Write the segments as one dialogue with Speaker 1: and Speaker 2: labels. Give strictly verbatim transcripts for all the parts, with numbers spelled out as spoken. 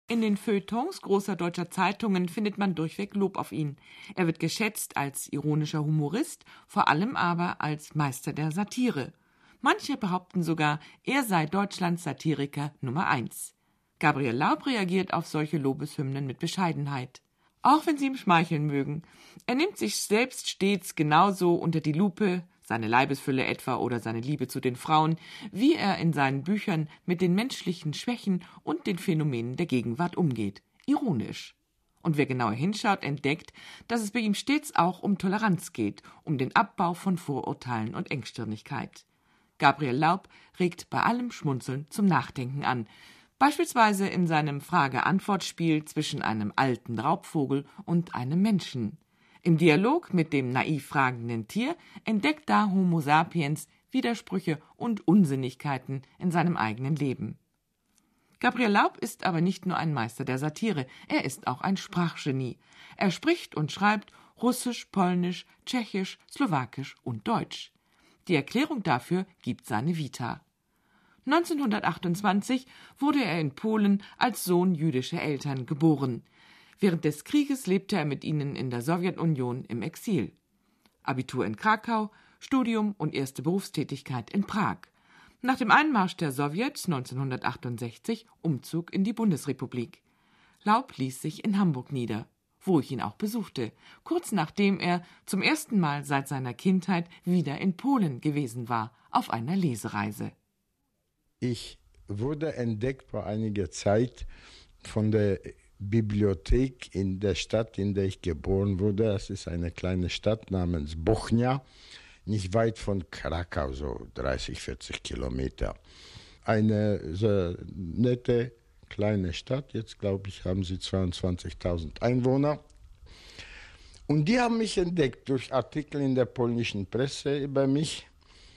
Speaker 1: In den Feuilletons großer deutscher Zeitungen findet man durchweg Lob auf ihn. Er wird geschätzt als ironischer Humorist, vor allem aber als Meister der Satire. Manche behaupten sogar, er sei Deutschlands Satiriker Nummer eins. Gabriel Laub reagiert auf solche Lobeshymnen mit Bescheidenheit. Auch wenn sie ihm schmeicheln mögen. Er nimmt sich selbst stets genauso unter die Lupe, seine Leibesfülle etwa oder seine Liebe zu den Frauen, wie er in seinen Büchern mit den menschlichen Schwächen und den Phänomenen der Gegenwart umgeht. Ironisch. Und wer genauer hinschaut, entdeckt, dass es bei ihm stets auch um Toleranz geht, um den Abbau von Vorurteilen und Engstirnigkeit. Gabriel Laub regt bei allem Schmunzeln zum Nachdenken an, beispielsweise in seinem Frage-Antwort-Spiel zwischen einem alten Raubvogel und einem Menschen. Im Dialog mit dem naiv fragenden Tier entdeckt da Homo sapiens Widersprüche und Unsinnigkeiten in seinem eigenen Leben. Gabriel Laub ist aber nicht nur ein Meister der Satire, er ist auch ein Sprachgenie. Er spricht und schreibt Russisch, Polnisch, Tschechisch, Slowakisch und Deutsch. Die Erklärung dafür gibt seine Vita. neunzehnhundertachtundzwanzig wurde er in Polen als Sohn jüdischer Eltern geboren. Während des Krieges lebte er mit ihnen in der Sowjetunion im Exil. Abitur in Krakau, Studium und erste Berufstätigkeit in Prag. Nach dem Einmarsch der Sowjets neunzehnhundertachtundsechzig Umzug in die Bundesrepublik. Laub ließ sich in Hamburg nieder, wo ich ihn auch besuchte, kurz nachdem er zum ersten Mal seit seiner Kindheit wieder in Polen gewesen war, auf einer Lesereise.
Speaker 2: Ich wurde entdeckt vor einiger Zeit von der Bibliothek in der Stadt, in der ich geboren wurde. Das ist eine kleine Stadt namens Bochnia, nicht weit von Krakau, so dreißig, vierzig Kilometer. Eine sehr nette kleine Stadt, jetzt glaube ich, haben sie zweiundzwanzigtausend Einwohner. Und die haben mich entdeckt durch Artikel in der polnischen Presse über mich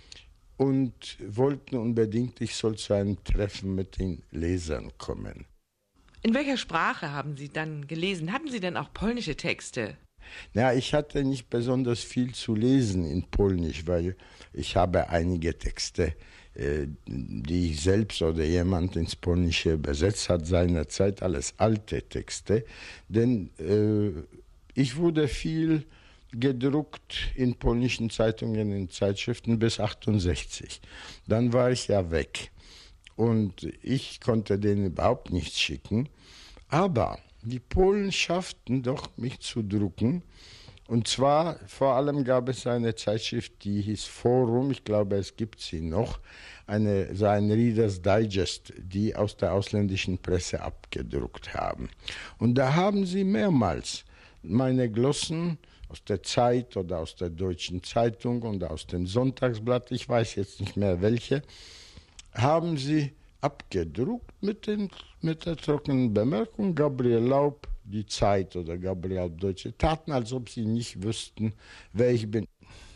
Speaker 2: und wollten unbedingt, ich soll zu einem Treffen mit den Lesern kommen.
Speaker 1: In welcher Sprache haben Sie dann gelesen? Hatten Sie denn auch polnische Texte?
Speaker 2: Ja, ich hatte nicht besonders viel zu lesen in Polnisch, weil ich habe einige Texte, äh, die ich selbst oder jemand ins Polnische übersetzt hat, seinerzeit alles alte Texte. Denn äh, ich wurde viel gedruckt in polnischen Zeitungen, in Zeitschriften bis achtundsechzig. Dann war ich ja weg. Und ich konnte denen überhaupt nichts schicken. Aber die Polen schafften doch, mich zu drucken. Und zwar, vor allem gab es eine Zeitschrift, die hieß Forum, ich glaube, es gibt sie noch, eine, so ein Reader's Digest, die aus der ausländischen Presse abgedruckt haben. Und da haben sie mehrmals meine Glossen aus der Zeit oder aus der Deutschen Zeitung und aus dem Sonntagsblatt, ich weiß jetzt nicht mehr welche, haben sie abgedruckt mit, den, mit der trockenen Bemerkung, Gabriel Laub, die Zeit oder Gabriel Laub, Deutsche, taten, als ob sie nicht wüssten, wer ich bin.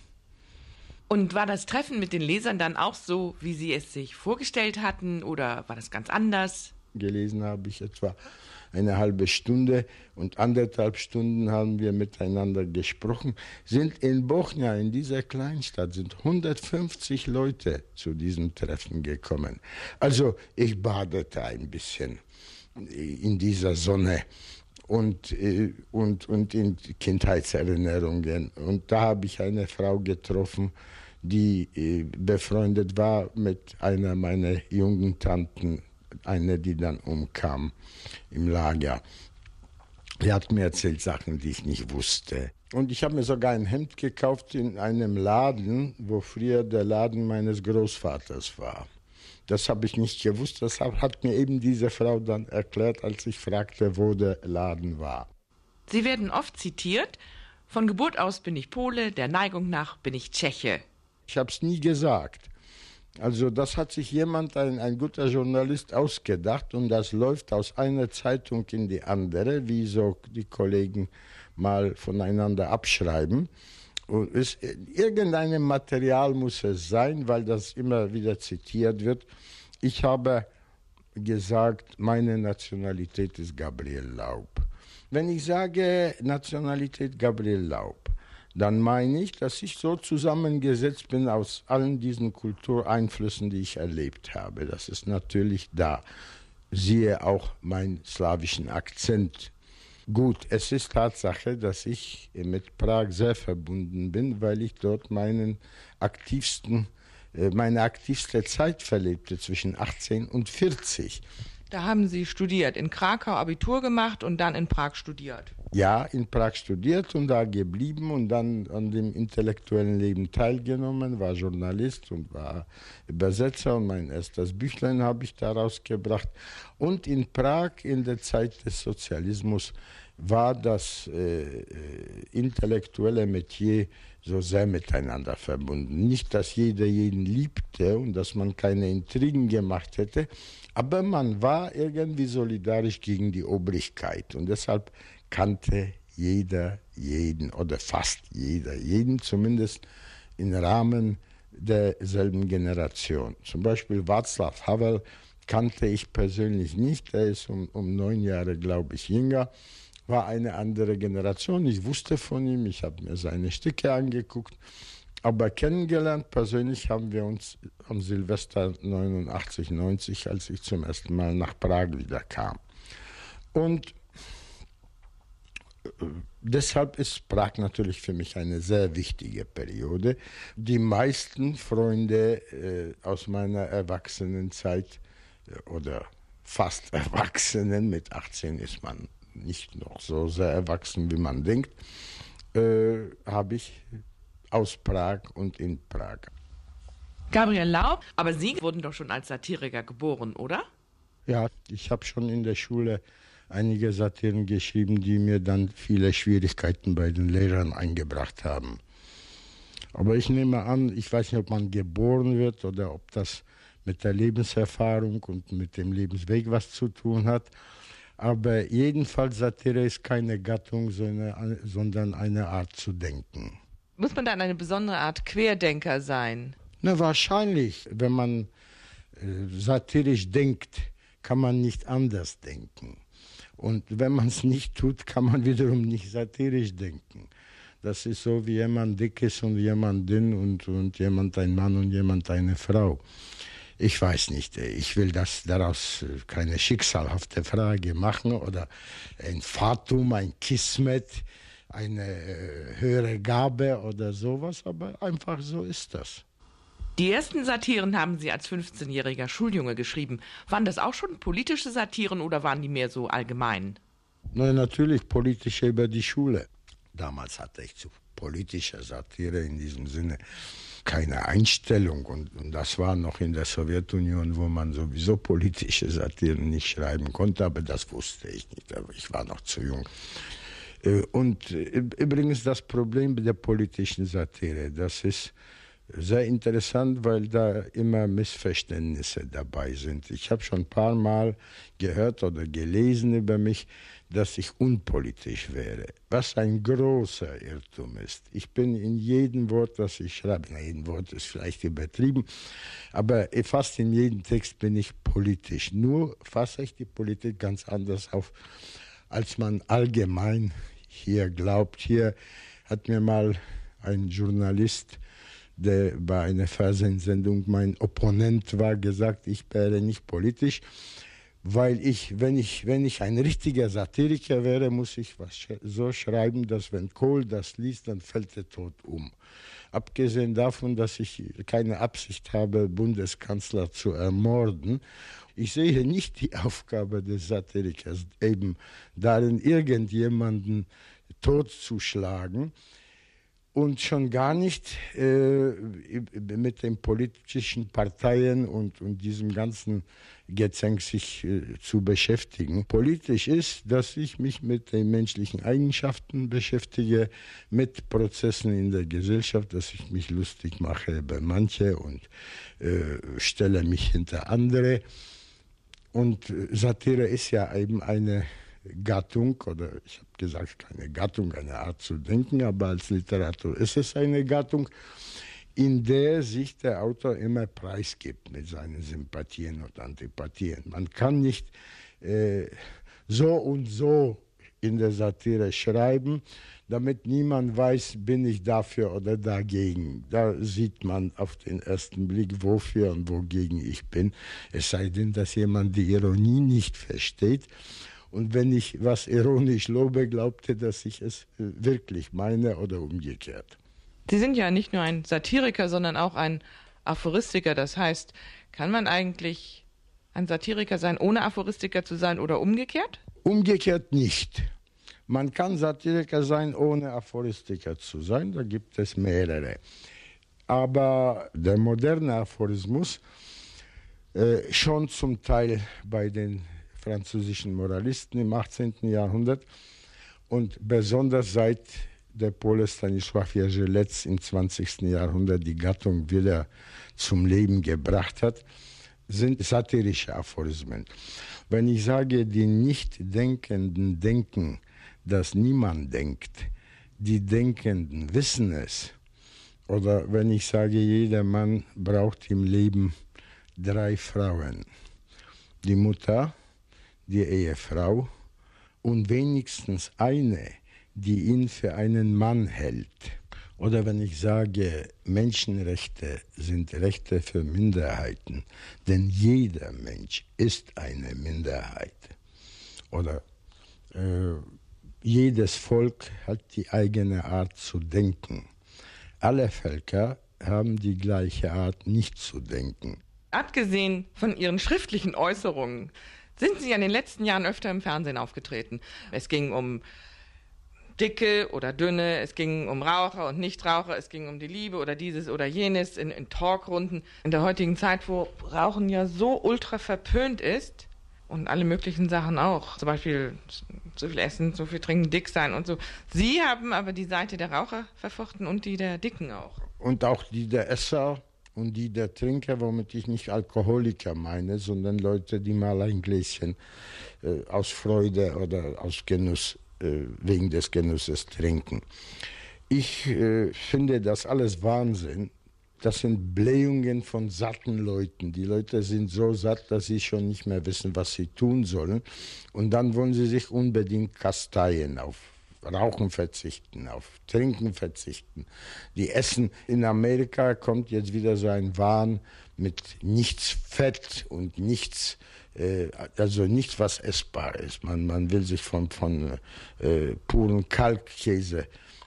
Speaker 1: Und war das Treffen mit den Lesern dann auch so, wie Sie es sich vorgestellt hatten, oder war das ganz anders?
Speaker 2: Gelesen habe ich etwa eine halbe Stunde und anderthalb Stunden haben wir miteinander gesprochen. Sind in Bochnia, in dieser Kleinstadt, sind hundertfünfzig Leute zu diesem Treffen gekommen. Also ich badete ein bisschen in dieser Sonne und, und, und in Kindheitserinnerungen. Und da habe ich eine Frau getroffen, die befreundet war mit einer meiner jungen Tanten, eine, die dann umkam im Lager. Sie hat mir erzählt Sachen, die ich nicht wusste. Und ich habe mir sogar ein Hemd gekauft in einem Laden, wo früher der Laden meines Großvaters war. Das habe ich nicht gewusst, das hat mir eben diese Frau dann erklärt, als ich fragte, wo der Laden war.
Speaker 1: Sie werden oft zitiert, von Geburt aus bin ich Pole, der Neigung nach bin ich Tscheche.
Speaker 2: Ich habe es nie gesagt. Also das hat sich jemand, ein, ein guter Journalist, ausgedacht und das läuft aus einer Zeitung in die andere, wie so die Kollegen mal voneinander abschreiben. Und es, irgendein Material muss es sein, weil das immer wieder zitiert wird. Ich habe gesagt, meine Nationalität ist Gabriel Laub. Wenn ich sage Nationalität Gabriel Laub, dann meine ich, dass ich so zusammengesetzt bin aus allen diesen Kultureinflüssen, die ich erlebt habe. Das ist natürlich da. Siehe auch meinen slawischen Akzent. Gut, es ist Tatsache, dass ich mit Prag sehr verbunden bin, weil ich dort meinen aktivsten, meine aktivste Zeit verlebte, zwischen achtzehn und vierzig.
Speaker 1: Da haben Sie studiert, in Krakau Abitur gemacht und dann in Prag studiert.
Speaker 2: Ja, in Prag studiert und da geblieben und dann an dem intellektuellen Leben teilgenommen, war Journalist und war Übersetzer und mein erstes Büchlein habe ich da rausgebracht. Und in Prag in der Zeit des Sozialismus war das äh, intellektuelle Metier so sehr miteinander verbunden. Nicht, dass jeder jeden liebte und dass man keine Intrigen gemacht hätte, aber man war irgendwie solidarisch gegen die Obrigkeit und deshalb kannte jeder jeden oder fast jeder jeden, zumindest im Rahmen derselben Generation. Zum Beispiel Václav Havel kannte ich persönlich nicht, er ist um, um neun Jahre, glaube ich, jünger, war eine andere Generation. Ich wusste von ihm, ich habe mir seine Stücke angeguckt, aber kennengelernt persönlich haben wir uns am Silvester neunundachtzig, neunzig, als ich zum ersten Mal nach Prag wieder kam. Und deshalb ist Prag natürlich für mich eine sehr wichtige Periode. Die meisten Freunde äh, aus meiner Erwachsenenzeit äh, oder fast Erwachsenen, mit achtzehn ist man nicht noch so sehr erwachsen, wie man denkt, äh, habe ich aus Prag und in Prag.
Speaker 1: Gabriel Laub, aber Sie wurden doch schon als Satiriker geboren, oder?
Speaker 2: Ja, ich habe schon in der Schule einige Satiren geschrieben, die mir dann viele Schwierigkeiten bei den Lehrern eingebracht haben. Aber ich nehme an, ich weiß nicht, ob man geboren wird oder ob das mit der Lebenserfahrung und mit dem Lebensweg was zu tun hat. Aber jedenfalls, Satire ist keine Gattung, sondern eine Art zu denken.
Speaker 1: Muss man dann eine besondere Art Querdenker sein?
Speaker 2: Na, wahrscheinlich. Wenn man äh, satirisch denkt, kann man nicht anders denken. Und wenn man es nicht tut, kann man wiederum nicht satirisch denken. Das ist so, wie jemand dick ist und jemand dünn und, und jemand ein Mann und jemand eine Frau. Ich weiß nicht, ich will das daraus keine schicksalhafte Frage machen oder ein Fatum, ein Kismet, eine äh, höhere Gabe oder sowas, aber einfach so ist das.
Speaker 1: Die ersten Satiren haben Sie als fünfzehnjähriger Schuljunge geschrieben. Waren das auch schon politische Satiren oder waren die mehr so allgemein?
Speaker 2: Na, natürlich politische über die Schule. Damals hatte ich zu politischer Satire in diesem Sinne keine Einstellung. Und, und das war noch in der Sowjetunion, wo man sowieso politische Satiren nicht schreiben konnte, aber das wusste ich nicht, aber ich war noch zu jung. Und übrigens das Problem der politischen Satire, das ist sehr interessant, weil da immer Missverständnisse dabei sind. Ich habe schon ein paar Mal gehört oder gelesen über mich, dass ich unpolitisch wäre, was ein großer Irrtum ist. Ich bin in jedem Wort, das ich schreibe, na, jedem Wort ist vielleicht übertrieben, aber fast in jedem Text bin ich politisch. Nur fasse ich die Politik ganz anders auf, als man allgemein hier glaubt. Hier hat mir mal ein Journalist, der bei einer Fernsehsendung mein Opponent war, gesagt, ich wäre nicht politisch, weil ich, wenn ich, wenn ich ein richtiger Satiriker wäre, muss ich was so schreiben, dass wenn Kohl das liest, dann fällt er tot um. Abgesehen davon, dass ich keine Absicht habe, Bundeskanzler zu ermorden, ich sehe nicht die Aufgabe des Satirikers eben darin, irgendjemanden totzuschlagen. Und schon gar nicht äh, mit den politischen Parteien und, und diesem ganzen Gezänk sich äh, zu beschäftigen. Politisch ist, dass ich mich mit den menschlichen Eigenschaften beschäftige, mit Prozessen in der Gesellschaft, dass ich mich lustig mache über manche und äh, stelle mich hinter andere. Und Satire ist ja eben eine Gattung, oder ich habe gesagt, keine Gattung, eine Art zu denken, aber als Literatur ist es eine Gattung, in der sich der Autor immer preisgibt mit seinen Sympathien und Antipathien. Man kann nicht äh, so und so in der Satire schreiben, damit niemand weiß, bin ich dafür oder dagegen. Da sieht man auf den ersten Blick, wofür und wogegen ich bin. Es sei denn, dass jemand die Ironie nicht versteht. Und wenn ich was ironisch lobe, glaubte, dass ich es wirklich meine oder umgekehrt.
Speaker 1: Sie sind ja nicht nur ein Satiriker, sondern auch ein Aphoristiker. Das heißt, kann man eigentlich ein Satiriker sein, ohne Aphoristiker zu sein oder umgekehrt?
Speaker 2: Umgekehrt nicht. Man kann Satiriker sein, ohne Aphoristiker zu sein. Da gibt es mehrere. Aber der moderne Aphorismus, äh, schon zum Teil bei den französischen Moralisten im achtzehnten Jahrhundert und besonders seit der Pole Stanisław Jerzy im zwanzigsten Jahrhundert die Gattung wieder zum Leben gebracht hat, sind satirische Aphorismen. Wenn ich sage, die Nichtdenkenden denken, dass niemand denkt, die Denkenden wissen es, oder wenn ich sage, jeder Mann braucht im Leben drei Frauen, die Mutter, die Ehefrau und wenigstens eine, die ihn für einen Mann hält. Oder wenn ich sage, Menschenrechte sind Rechte für Minderheiten, denn jeder Mensch ist eine Minderheit. Oder äh, jedes Volk hat die eigene Art zu denken. Alle Völker haben die gleiche Art, nicht zu denken.
Speaker 1: Abgesehen von Ihren schriftlichen Äußerungen sind Sie in den letzten Jahren öfter im Fernsehen aufgetreten. Es ging um Dicke oder Dünne, es ging um Raucher und Nichtraucher, es ging um die Liebe oder dieses oder jenes in, in Talkrunden. In der heutigen Zeit, wo Rauchen ja so ultra verpönt ist und alle möglichen Sachen auch, zum Beispiel zu viel essen, zu viel trinken, dick sein und so. Sie haben aber die Seite der Raucher verfochten und die der Dicken auch.
Speaker 2: Und auch die der Esser und die der Trinker, womit ich nicht Alkoholiker meine, sondern Leute, die mal ein Gläschen äh, aus Freude oder aus Genuss, äh, wegen des Genusses trinken. Ich äh, finde das alles Wahnsinn. Das sind Blähungen von satten Leuten. Die Leute sind so satt, dass sie schon nicht mehr wissen, was sie tun sollen. Und dann wollen sie sich unbedingt kasteien, auf Rauchen verzichten, auf Trinken verzichten. Die essen. In Amerika kommt jetzt wieder so ein Wahn mit nichts Fett und nichts, äh, also nichts, was essbar ist. Man, man will sich von, von äh, puren Kalkkäse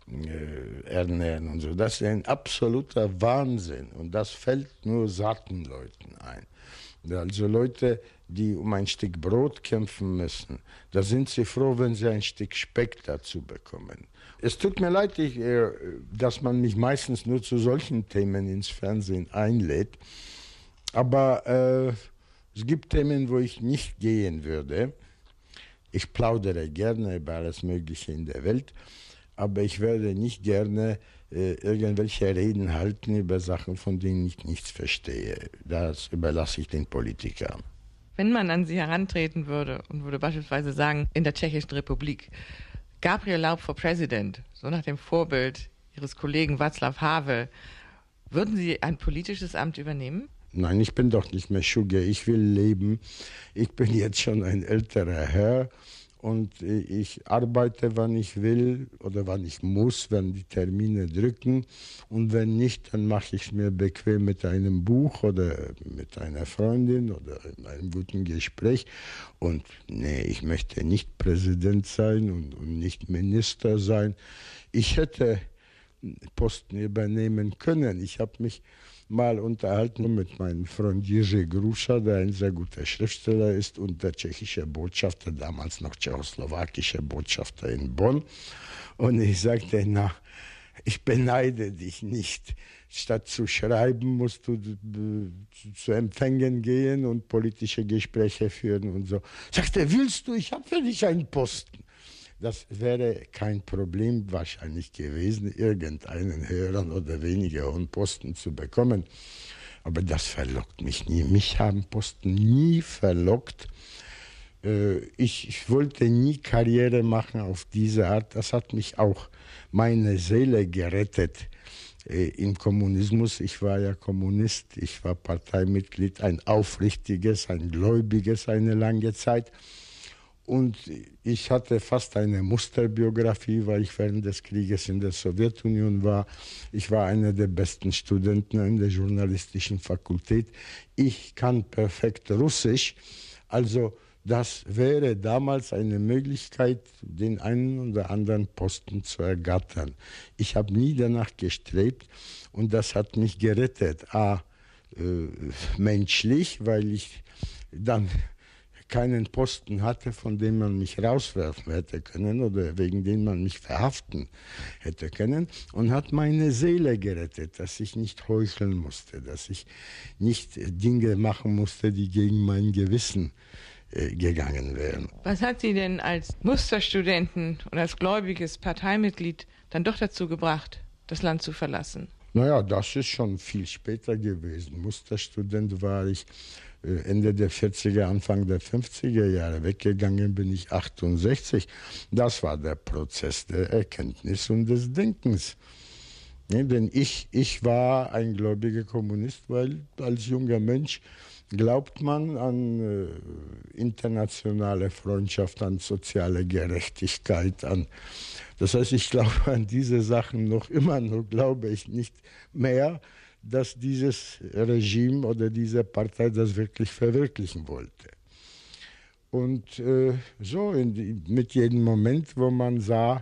Speaker 2: äh, ernähren und so. Das ist ein absoluter Wahnsinn und das fällt nur satten Leuten ein. Also Leute, die um ein Stück Brot kämpfen müssen, da sind sie froh, wenn sie ein Stück Speck dazu bekommen. Es tut mir leid, ich, äh, dass man mich meistens nur zu solchen Themen ins Fernsehen einlädt, aber äh, es gibt Themen, wo ich nicht gehen würde. Ich plaudere gerne über alles Mögliche in der Welt, aber ich werde nicht gerne äh, irgendwelche Reden halten über Sachen, von denen ich nichts verstehe. Das überlasse ich den Politikern.
Speaker 1: Wenn man an Sie herantreten würde und würde beispielsweise sagen, in der Tschechischen Republik, Gabriel Laub for President, so nach dem Vorbild Ihres Kollegen Václav Havel, würden Sie ein politisches Amt übernehmen?
Speaker 2: Nein, ich bin doch nicht mehr Schugge, ich will leben. Ich bin jetzt schon ein älterer Herr. Und ich arbeite, wann ich will oder wann ich muss, wenn die Termine drücken. Und wenn nicht, dann mache ich es mir bequem mit einem Buch oder mit einer Freundin oder in einem guten Gespräch. Und nee, ich möchte nicht Präsident sein und, und nicht Minister sein. Ich hätte Posten übernehmen können. Ich habe mich mal unterhalten mit meinem Freund Jerzy Grusza, der ein sehr guter Schriftsteller ist und der tschechische Botschafter, damals noch tschechoslowakische Botschafter in Bonn. Und ich sagte, na, ich beneide dich nicht. Statt zu schreiben, musst du zu Empfängen gehen und politische Gespräche führen und so. Sagte, willst du, ich habe für dich einen Posten. Das wäre kein Problem wahrscheinlich gewesen, irgendeinen höheren oder weniger hohen Posten zu bekommen. Aber das verlockt mich nie. Mich haben Posten nie verlockt. Ich, ich wollte nie Karriere machen auf diese Art. Das hat mich auch meine Seele gerettet im Kommunismus. Ich war ja Kommunist, ich war Parteimitglied, ein aufrichtiges, ein gläubiges eine lange Zeit. Und ich hatte fast eine Musterbiografie, weil ich während des Krieges in der Sowjetunion war. Ich war einer der besten Studenten in der journalistischen Fakultät. Ich kann perfekt Russisch. Also das wäre damals eine Möglichkeit, den einen oder anderen Posten zu ergattern. Ich habe nie danach gestrebt und das hat mich gerettet. A, äh, menschlich, weil ich dann keinen Posten hatte, von dem man mich rauswerfen hätte können oder wegen dem man mich verhaften hätte können, und hat meine Seele gerettet, dass ich nicht heucheln musste, dass ich nicht Dinge machen musste, die gegen mein Gewissen äh, gegangen wären.
Speaker 1: Was hat Sie denn als Musterstudenten und als gläubiges Parteimitglied dann doch dazu gebracht, das Land zu verlassen?
Speaker 2: Naja, das ist schon viel später gewesen. Musterstudent war ich Ende der vierziger, Anfang der fünfziger Jahre. Weggegangen bin ich achtundsechzig. Das war der Prozess der Erkenntnis und des Denkens. Ja, denn ich, ich war ein gläubiger Kommunist, weil als junger Mensch glaubt man an äh, internationale Freundschaft, an soziale Gerechtigkeit, an das heißt, ich glaube an diese Sachen noch immer, nur glaube ich nicht mehr, dass dieses Regime oder diese Partei das wirklich verwirklichen wollte. Und äh, so in die, mit jedem Moment, wo man sah,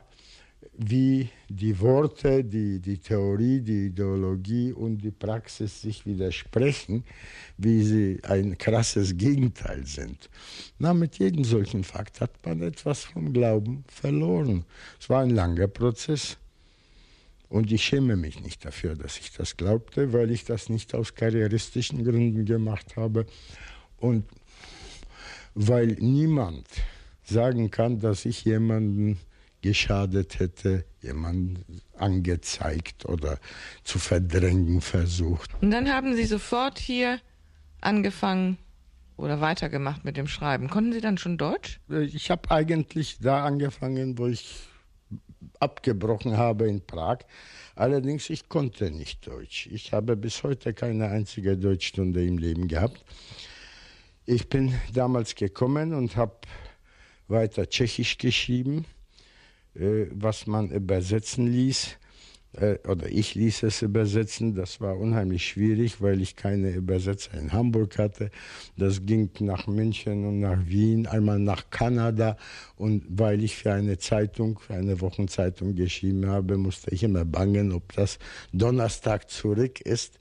Speaker 2: wie die Worte, die, die Theorie, die Ideologie und die Praxis sich widersprechen, wie sie ein krasses Gegenteil sind. Na, mit jedem solchen Fakt hat man etwas vom Glauben verloren. Es war ein langer Prozess. Und ich schäme mich nicht dafür, dass ich das glaubte, weil ich das nicht aus karrieristischen Gründen gemacht habe und weil niemand sagen kann, dass ich jemanden geschadet hätte, jemanden angezeigt oder zu verdrängen versucht.
Speaker 1: Und dann haben Sie sofort hier angefangen oder weitergemacht mit dem Schreiben. Konnten Sie dann schon Deutsch?
Speaker 2: Ich habe eigentlich da angefangen, wo ich abgebrochen habe in Prag. Allerdings, ich konnte nicht Deutsch. Ich habe bis heute keine einzige Deutschstunde im Leben gehabt. Ich bin damals gekommen und habe weiter Tschechisch geschrieben, äh, was man übersetzen ließ. Äh, oder ich ließ es übersetzen. Das war unheimlich schwierig, weil ich keine Übersetzer in Hamburg hatte. Das ging nach München und nach Wien, einmal nach Kanada. Und weil ich für eine Zeitung, für eine Wochenzeitung geschrieben habe, musste ich immer bangen, ob das Donnerstag zurück ist.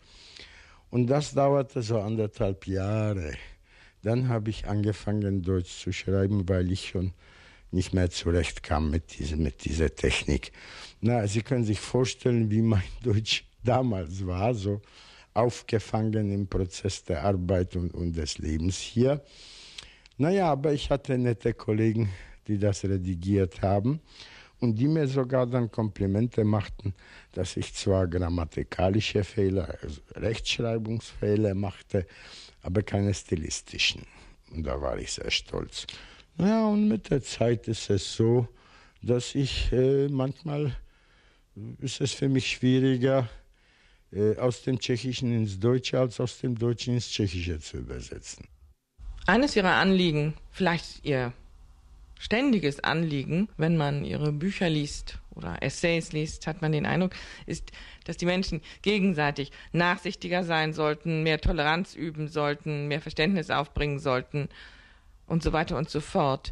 Speaker 2: Und das dauerte so anderthalb Jahre. Dann habe ich angefangen, Deutsch zu schreiben, weil ich schon nicht mehr zurechtkam mit, diese, mit dieser Technik. Na, Sie können sich vorstellen, wie mein Deutsch damals war, so aufgefangen im Prozess der Arbeit und, und des Lebens hier. Naja, aber ich hatte nette Kollegen, die das redigiert haben und die mir sogar dann Komplimente machten, dass ich zwar grammatikalische Fehler, also Rechtschreibungsfehler machte, aber keine stilistischen. Und da war ich sehr stolz. Naja, und mit der Zeit ist es so, dass ich äh, manchmal ist es für mich schwieriger, äh, aus dem Tschechischen ins Deutsche als aus dem Deutschen ins Tschechische zu übersetzen.
Speaker 1: Eines Ihrer Anliegen, vielleicht Ihr ständiges Anliegen, wenn man Ihre Bücher liest oder Essays liest, hat man den Eindruck, ist, dass die Menschen gegenseitig nachsichtiger sein sollten, mehr Toleranz üben sollten, mehr Verständnis aufbringen sollten und so weiter und so fort.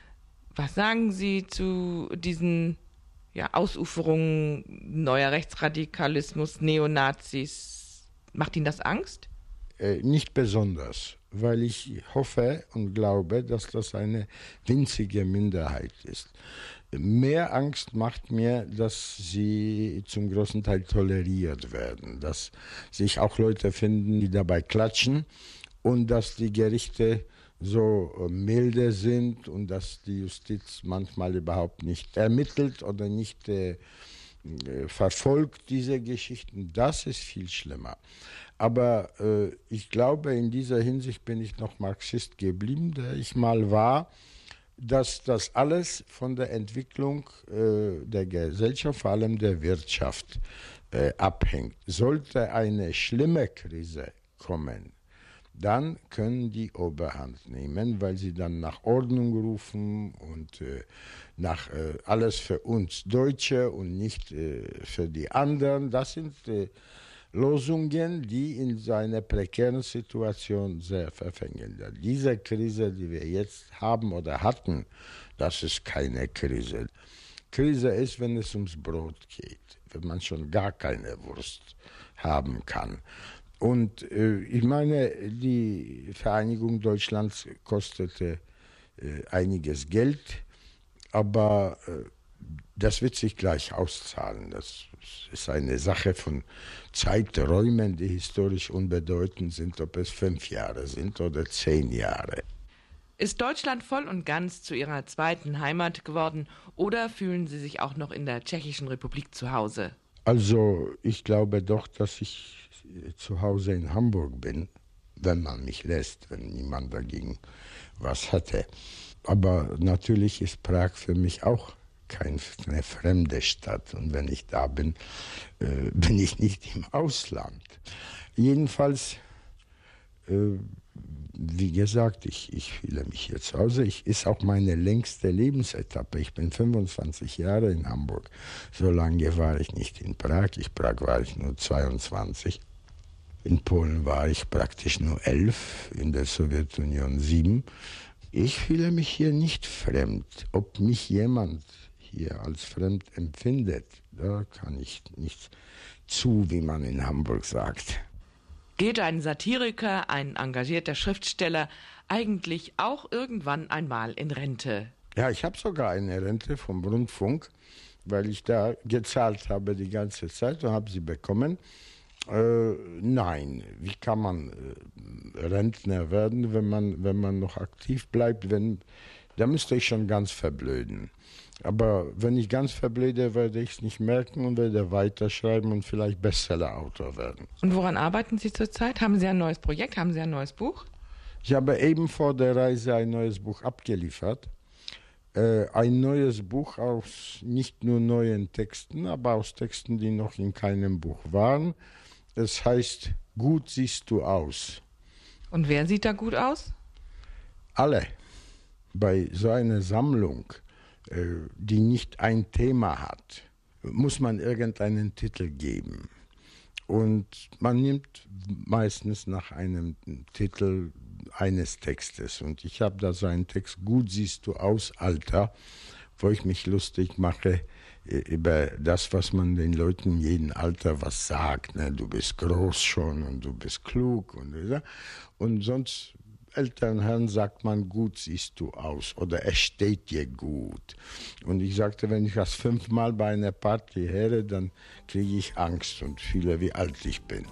Speaker 1: Was sagen Sie zu diesen ja, Ausuferungen neuer Rechtsradikalismus, Neonazis? Macht Ihnen das Angst?
Speaker 2: Äh, nicht besonders, weil ich hoffe und glaube, dass das eine winzige Minderheit ist. Mehr Angst macht mir, dass sie zum großen Teil toleriert werden, dass sich auch Leute finden, die dabei klatschen und dass die Gerichte so milde sind und dass die Justiz manchmal überhaupt nicht ermittelt oder nicht äh, verfolgt diese Geschichten. Das ist viel schlimmer. Aber äh, ich glaube, in dieser Hinsicht bin ich noch Marxist geblieben, der ich mal war, dass das alles von der Entwicklung äh, der Gesellschaft, vor allem der Wirtschaft, äh, abhängt. Sollte eine schlimme Krise kommen, dann können die Oberhand nehmen, weil sie dann nach Ordnung rufen und äh, nach äh, alles für uns Deutsche und nicht äh, für die anderen. Das sind äh, Lösungen, die in so einer prekären Situation sehr verfängend sind. Diese Krise, die wir jetzt haben oder hatten, das ist keine Krise. Krise ist, wenn es ums Brot geht, wenn man schon gar keine Wurst haben kann. Und äh, ich meine, die Vereinigung Deutschlands kostete äh, einiges Geld, aber äh, das wird sich gleich auszahlen. Das ist eine Sache von Zeiträumen, die historisch unbedeutend sind, ob es fünf Jahre sind oder zehn Jahre.
Speaker 1: Ist Deutschland voll und ganz zu Ihrer zweiten Heimat geworden oder fühlen Sie sich auch noch in der Tschechischen Republik zu Hause?
Speaker 2: Also ich glaube doch, dass ich zu Hause in Hamburg bin, wenn man mich lässt, wenn niemand dagegen was hätte. Aber natürlich ist Prag für mich auch keine fremde Stadt. Und wenn ich da bin, äh, bin ich nicht im Ausland. Jedenfalls, äh, wie gesagt, ich, ich fühle mich hier zu Hause. Ich, ist auch meine längste Lebensetappe. Ich bin fünfundzwanzig Jahre in Hamburg. So lange war ich nicht in Prag. In Prag war ich nur zweiundzwanzig. In Polen war ich praktisch nur elf, in der Sowjetunion sieben. Ich fühle mich hier nicht fremd. Ob mich jemand hier als fremd empfindet, da kann ich nicht zu, wie man in Hamburg sagt.
Speaker 1: Geht ein Satiriker, ein engagierter Schriftsteller eigentlich auch irgendwann einmal in Rente?
Speaker 2: Ja, ich habe sogar eine Rente vom Rundfunk, weil ich da gezahlt habe die ganze Zeit und habe sie bekommen. Äh, nein, wie kann man äh, Rentner werden, wenn man, wenn man noch aktiv bleibt? Wenn, da müsste ich schon ganz verblöden. Aber wenn ich ganz verblöde, werde ich es nicht merken und werde weiterschreiben und vielleicht Bestseller-Autor werden.
Speaker 1: Und woran arbeiten Sie zurzeit? Haben Sie ein neues Projekt? Haben Sie ein neues Buch?
Speaker 2: Ich habe eben vor der Reise ein neues Buch abgeliefert. Äh, ein neues Buch aus nicht nur neuen Texten, aber aus Texten, die noch in keinem Buch waren. Es heißt, gut siehst du aus.
Speaker 1: Und wer sieht da gut aus?
Speaker 2: Alle. Bei so einer Sammlung, äh, die nicht ein Thema hat, muss man irgendeinen Titel geben. Und man nimmt meistens nach einem Titel eines Textes. Und ich habe da so einen Text, gut siehst du aus, Alter, wo ich mich lustig mache über das, was man den Leuten in jedem Alter was sagt. Ne? Du bist groß schon und du bist klug. Und, und sonst, älteren Herren, sagt man, gut siehst du aus oder es steht dir gut. Und ich sagte, wenn ich das fünfmal bei einer Party höre, dann kriege ich Angst und fühle, wie alt ich bin.